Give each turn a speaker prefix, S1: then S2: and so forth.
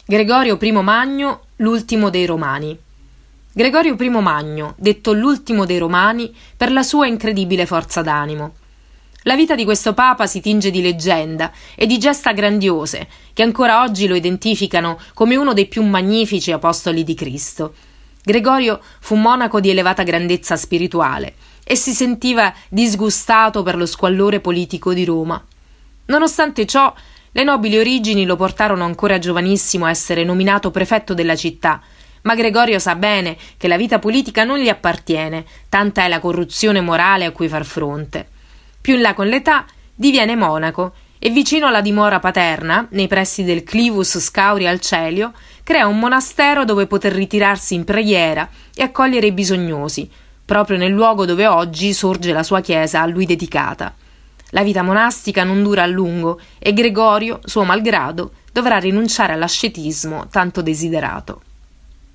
S1: Gregorio I Magno, l'ultimo dei Romani. Gregorio I Magno, detto l'ultimo dei Romani per la sua incredibile forza d'animo. La vita di questo papa si tinge di leggenda e di gesta grandiose che ancora oggi lo identificano come uno dei più magnifici apostoli di Cristo. Gregorio fu monaco di elevata grandezza spirituale e si sentiva disgustato per lo squallore politico di Roma. Nonostante ciò, le nobili origini lo portarono ancora giovanissimo a essere nominato prefetto della città, ma Gregorio sa bene che la vita politica non gli appartiene, tanta è la corruzione morale a cui far fronte. Più in là con l'età diviene monaco e vicino alla dimora paterna, nei pressi del Clivus Scauri al Celio, crea un monastero dove poter ritirarsi in preghiera e accogliere i bisognosi, proprio nel luogo dove oggi sorge la sua chiesa a lui dedicata. La vita monastica non dura a lungo e Gregorio, suo malgrado, dovrà rinunciare all'ascetismo tanto desiderato.